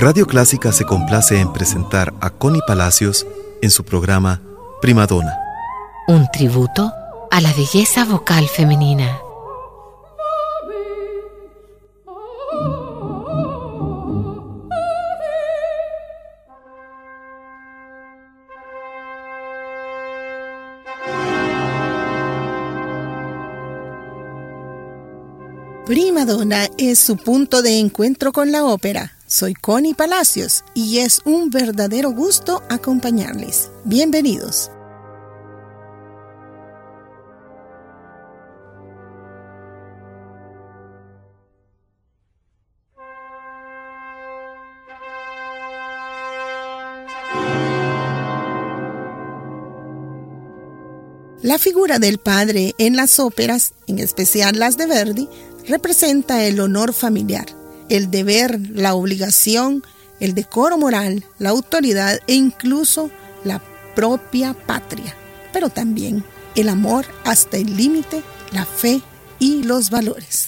Radio Clásica se complace en presentar a Connie Palacios en su programa Primadonna. Un tributo a la belleza vocal femenina. Primadonna es su punto de encuentro con la ópera. Soy Connie Palacios y es un verdadero gusto acompañarles. Bienvenidos. La figura del padre en las óperas, en especial las de Verdi, representa el honor familiar, el deber, la obligación, el decoro moral, la autoridad e incluso la propia patria, pero también el amor hasta el límite, la fe y los valores.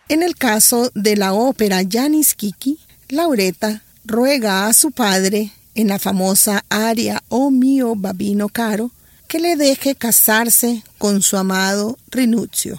En el caso de la ópera Jánis Kiki, Lauretta ruega a su padre, en la famosa aria O mio babino caro, que le deje casarse con su amado Rinuzio.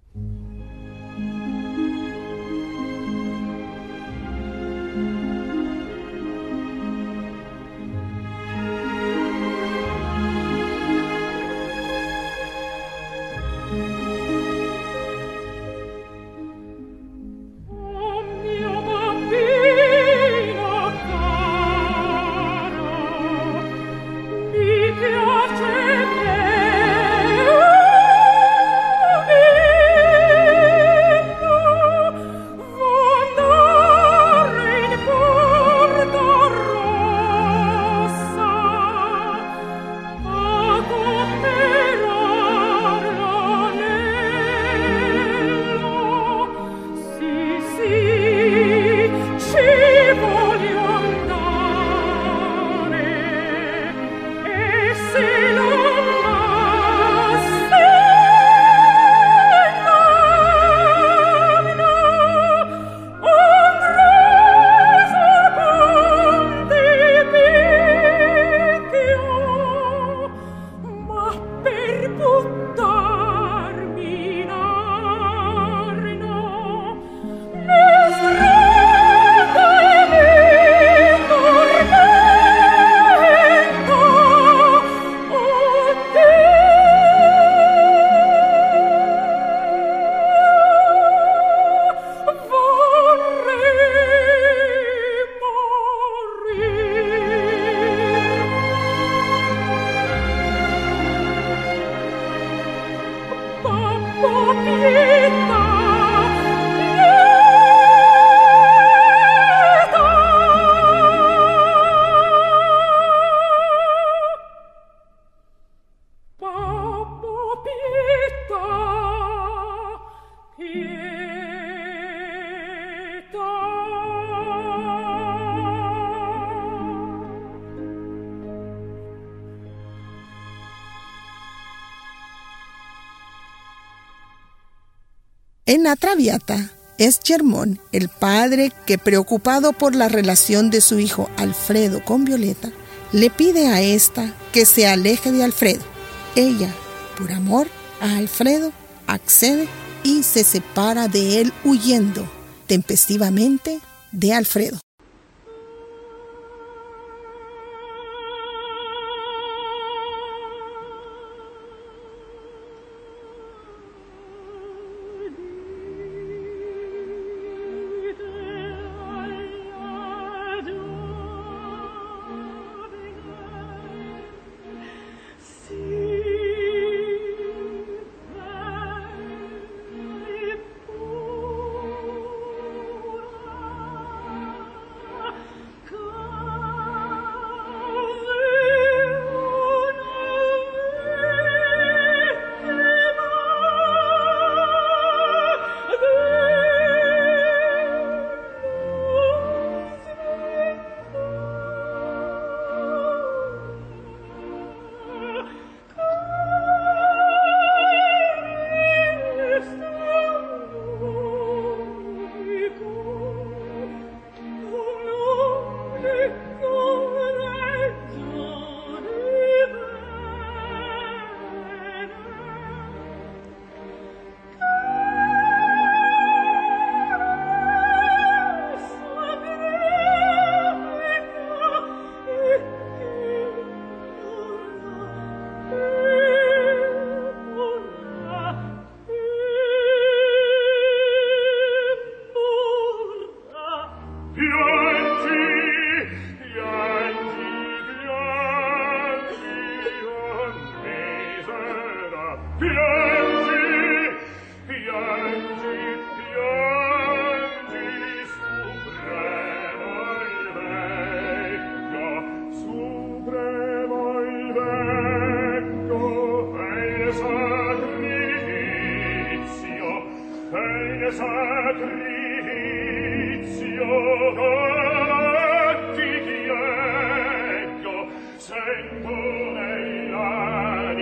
En la Traviata es Germont, el padre que, preocupado por la relación de su hijo Alfredo con Violeta, le pide a esta que se aleje de Alfredo. Ella, por amor a Alfredo, accede y se separa de él huyendo tempestivamente de Alfredo.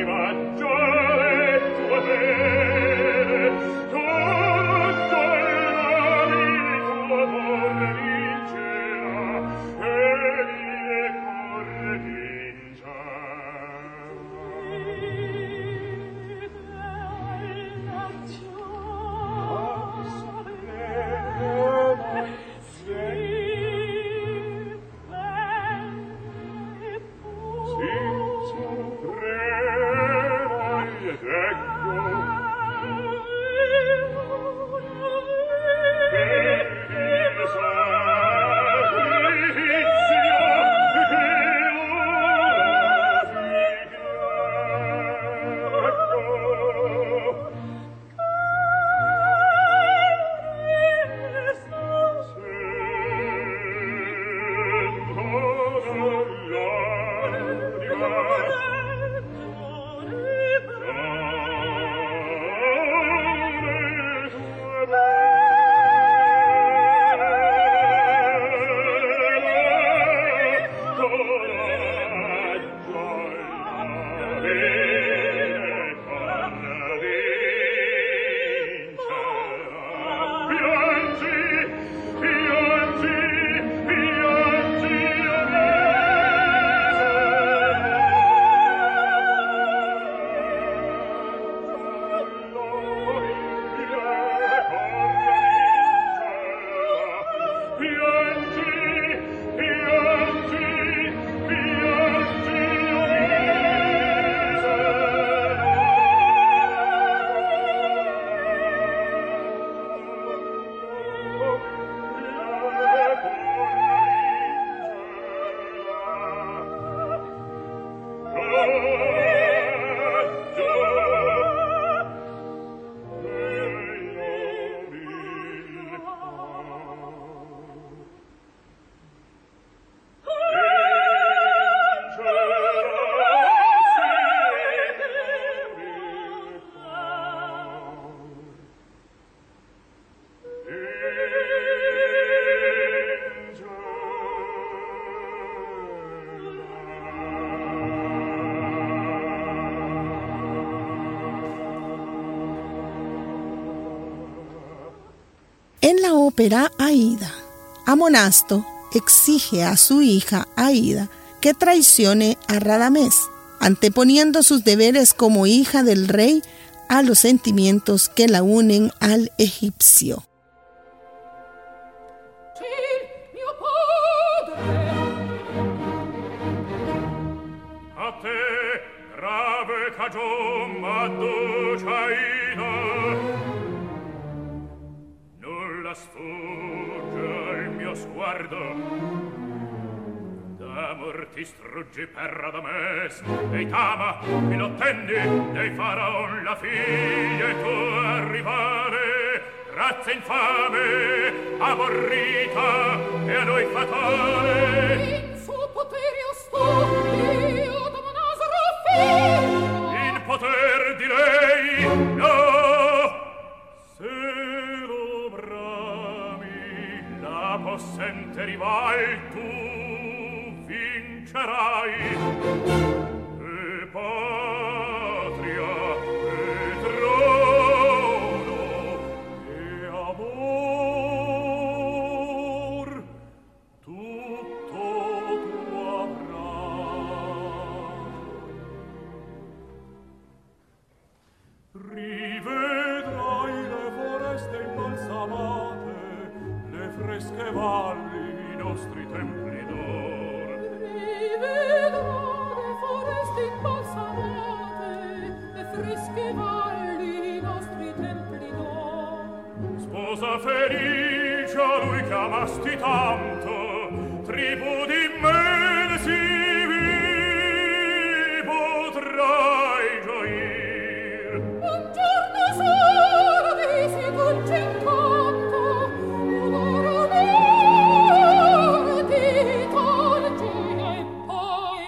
Tutto il En la ópera Aída, Amonasto exige a su hija Aída que traicione a Radamés, anteponiendo sus deberes como hija del rey a los sentimientos que la unen al egipcio. A te, grave cagion m'adduce Aida, nulla sfugge al mio sguardo. D'amor ti struggi per Radamés, ei Tama, mi lo attendi, dei Faraon la figlia e tu arrivare, razza infame, aborrita e a noi fatale. In suo potere sto, io da Nasaro figlio. In poter di lei, no, se lo brami, la possente rival tu vincerai, e patria, e trono, e amor, tutto tu avrai. Rivedrai le foreste imbalsamate, le fresche valli, i nostri templi d'or. Rivedrò le foreste imbalsamate, le fresche valli, i nostri templi d'or. Sposa felice a lui che amasti tanto, tribù d'immensi vi potrai gioir. Un giorno solo di si dolce incanto, un'ora ti tolgi e poi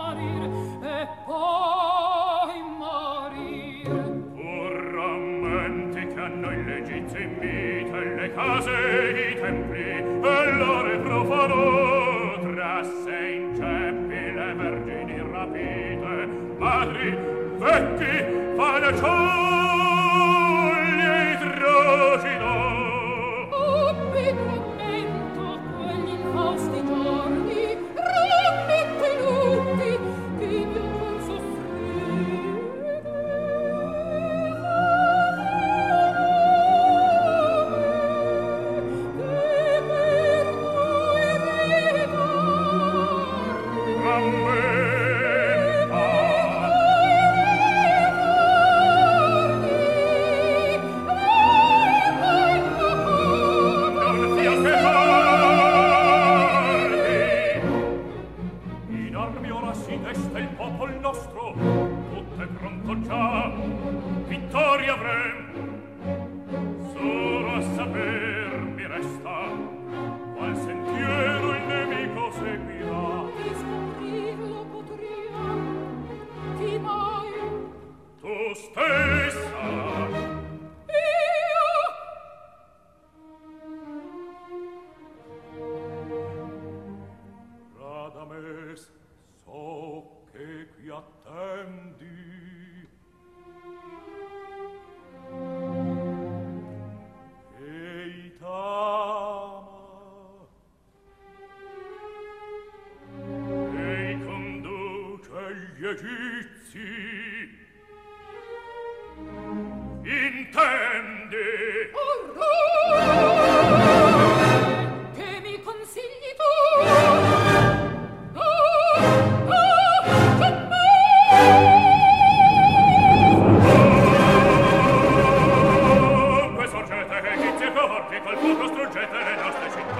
morir. Pur rammenti che a noi l'Egizio invita e le case e i templi e l'ore profano, trasse in ceppi le vergini rapite, madri, vecchi, fanciulli e i trocino. Ben rammento quegli infausti giorni, rammento i lutti che mio cor Vittoria avrem, solo a saper mi resta qual sentiero il nemico seguirà. di scoprirlo potremo, chi mai? Tu stessa. Io? Radames, so che qui attendi. Ei Tama, ei conduce gli egizi, intendi? Che mi consigli tu? No, Dunque sorgete egizi e corti, col fuoco struggete le nostre città.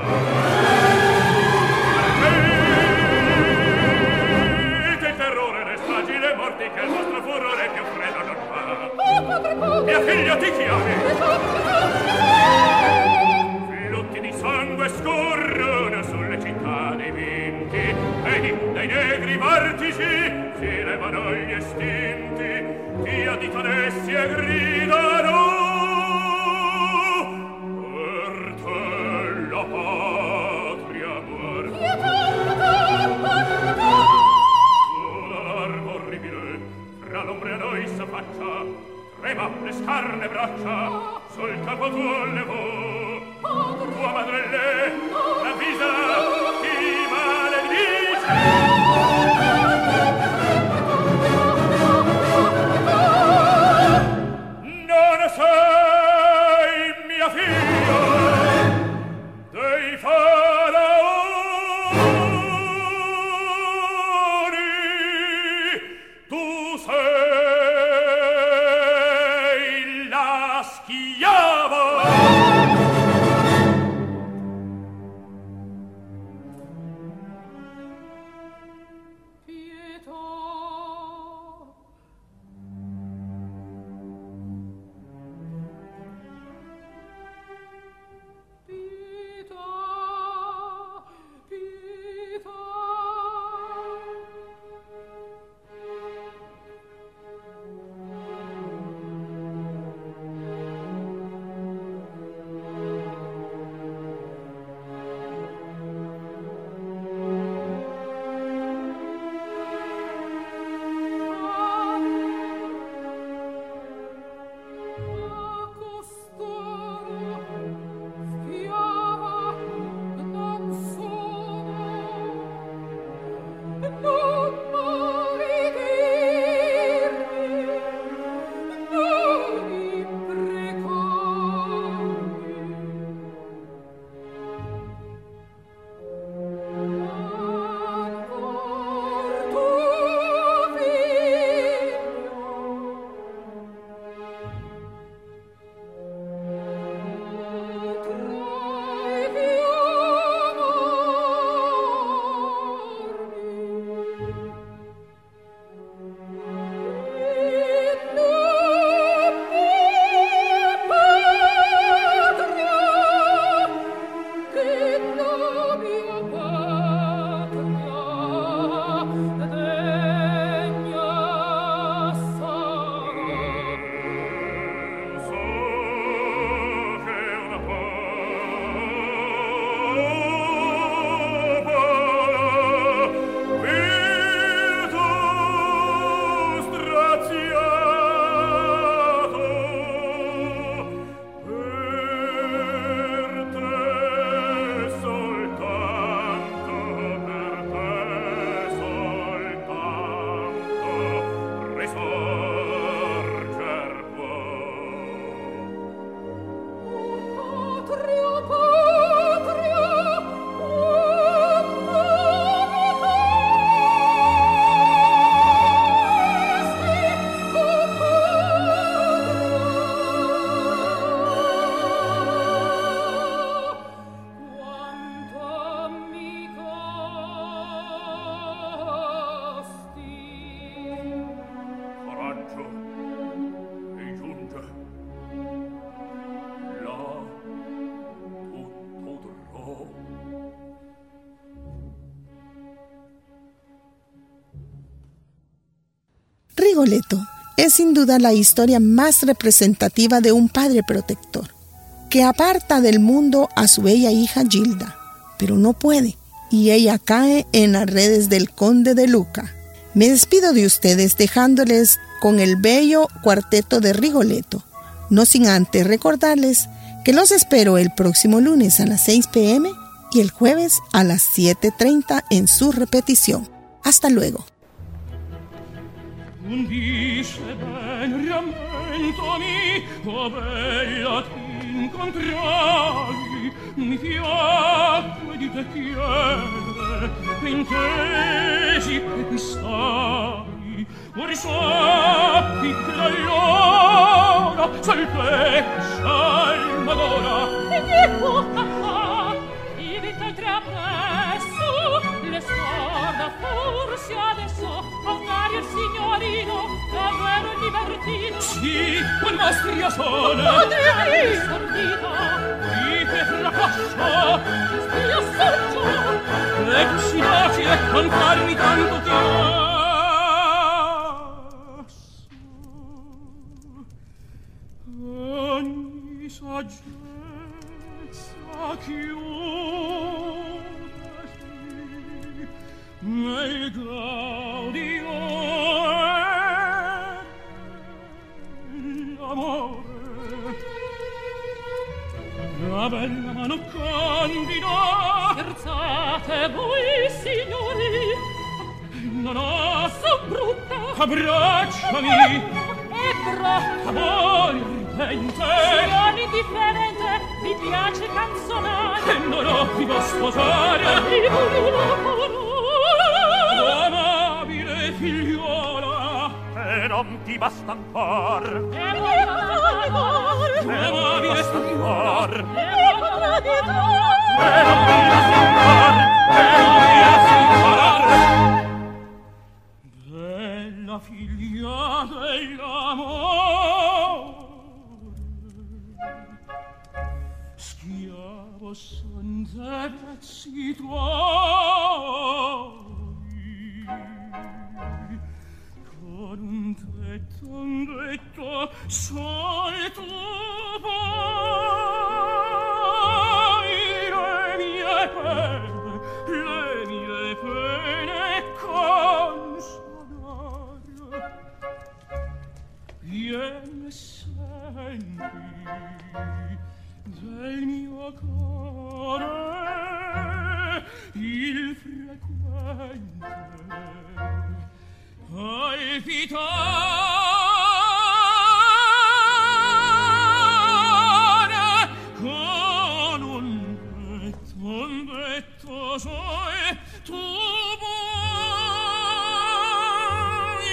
Che il terrore, le stragi, le morti, che il vostro furore più freddo non fa. Mia figlia ti chiami. Filutti di sangue scorrono sulle città dei vinti, vedi, dai negri martici si levano gli estinti, ti additano essi e gridano per te la patria muore. Sulla larva orribile fra l'ombre a noi s'affaccia, trema le scarne braccia sul capo tuo levò. tua madre lei l'avvisa ti maledice. Non sei mia figlia dei faraoni, tu sei la schiava. Rigoletto es sin duda la historia más representativa de un padre protector, que aparta del mundo a su bella hija Gilda, pero no puede, y ella cae en las redes del conde de Luca. Me despido de ustedes dejándoles con el bello cuarteto de Rigoletto, no sin antes recordarles que los espero el próximo lunes a las 6 p.m. y el jueves a las 7:30 en su repetición. Hasta luego. Dice ben rammentami, oh bella t'incontrai, mi piacque di te chiedere, intesi che ti stai, ora sappi che l'allora salvezza il Madonna. E che può i vita trapresso, le scorda forse adesso, avnare il signorino, davvero libertino. Sì, quel mostria sole, Madre stordita, qui che fracasso, stia saggio, e si facile contarmi tanto chiasso. Ogni saggezza chiudesi nel gaudio e l'amore. La bella mano candida. Scherzate voi, signori? Non ho So brutta. abbracciami. Ebro. Amore ridente. Sono indifferente. Mi piace canzonare. E non ho più da sposare. Mi voglio la parola. Amabile figliuola. E non ti basta ancor. E voglio la parola. Amabile figliuola. E voglio la parola. E non ti basta ancor. E non ti basta ancor. Bella figlia dell'amore, schiavo son dei pezzi tuoi, con un tetto sol tu vuoi le mie pene consolare. Vieni senti del mio cuore il frequente palpitare con un detto sol tu vuoi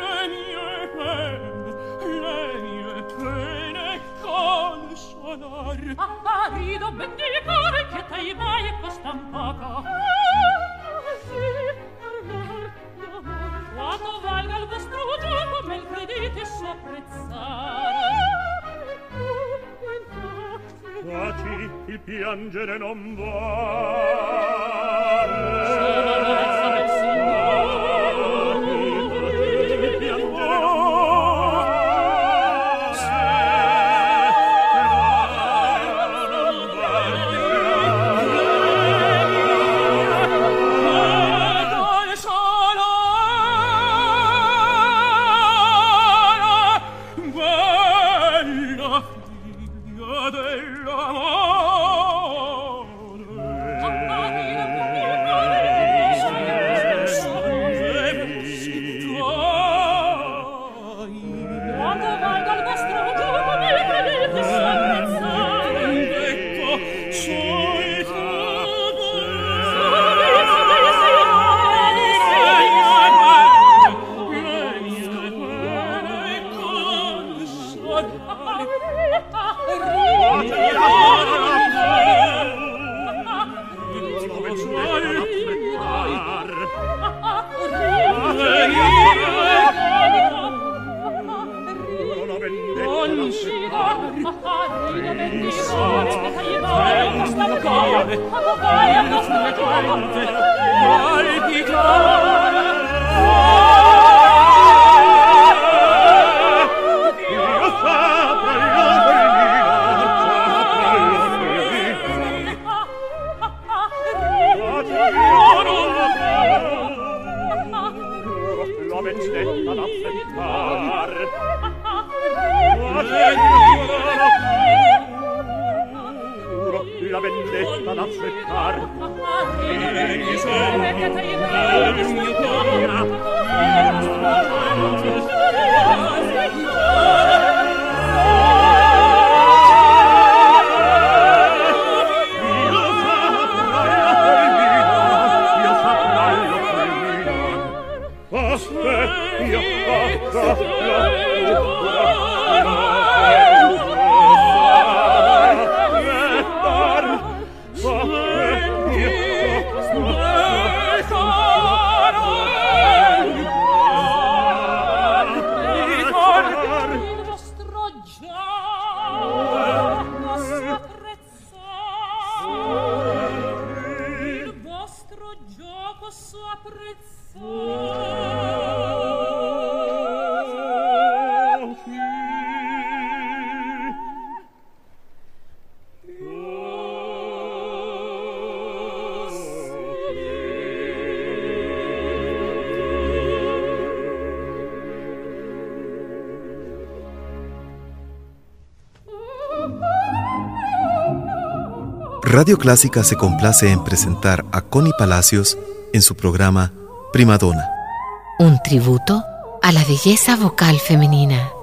le mie pene consolar. Rido benedicare che te mai e costan poco. Quanto valga il vostro gioco, me il credete sopprezzare. Taci, il piangere non vale. Sono avezza del Signore. Il piangere non Radio Clásica se complace en presentar a Connie Palacios en su programa Primadonna. Un tributo a la belleza vocal femenina.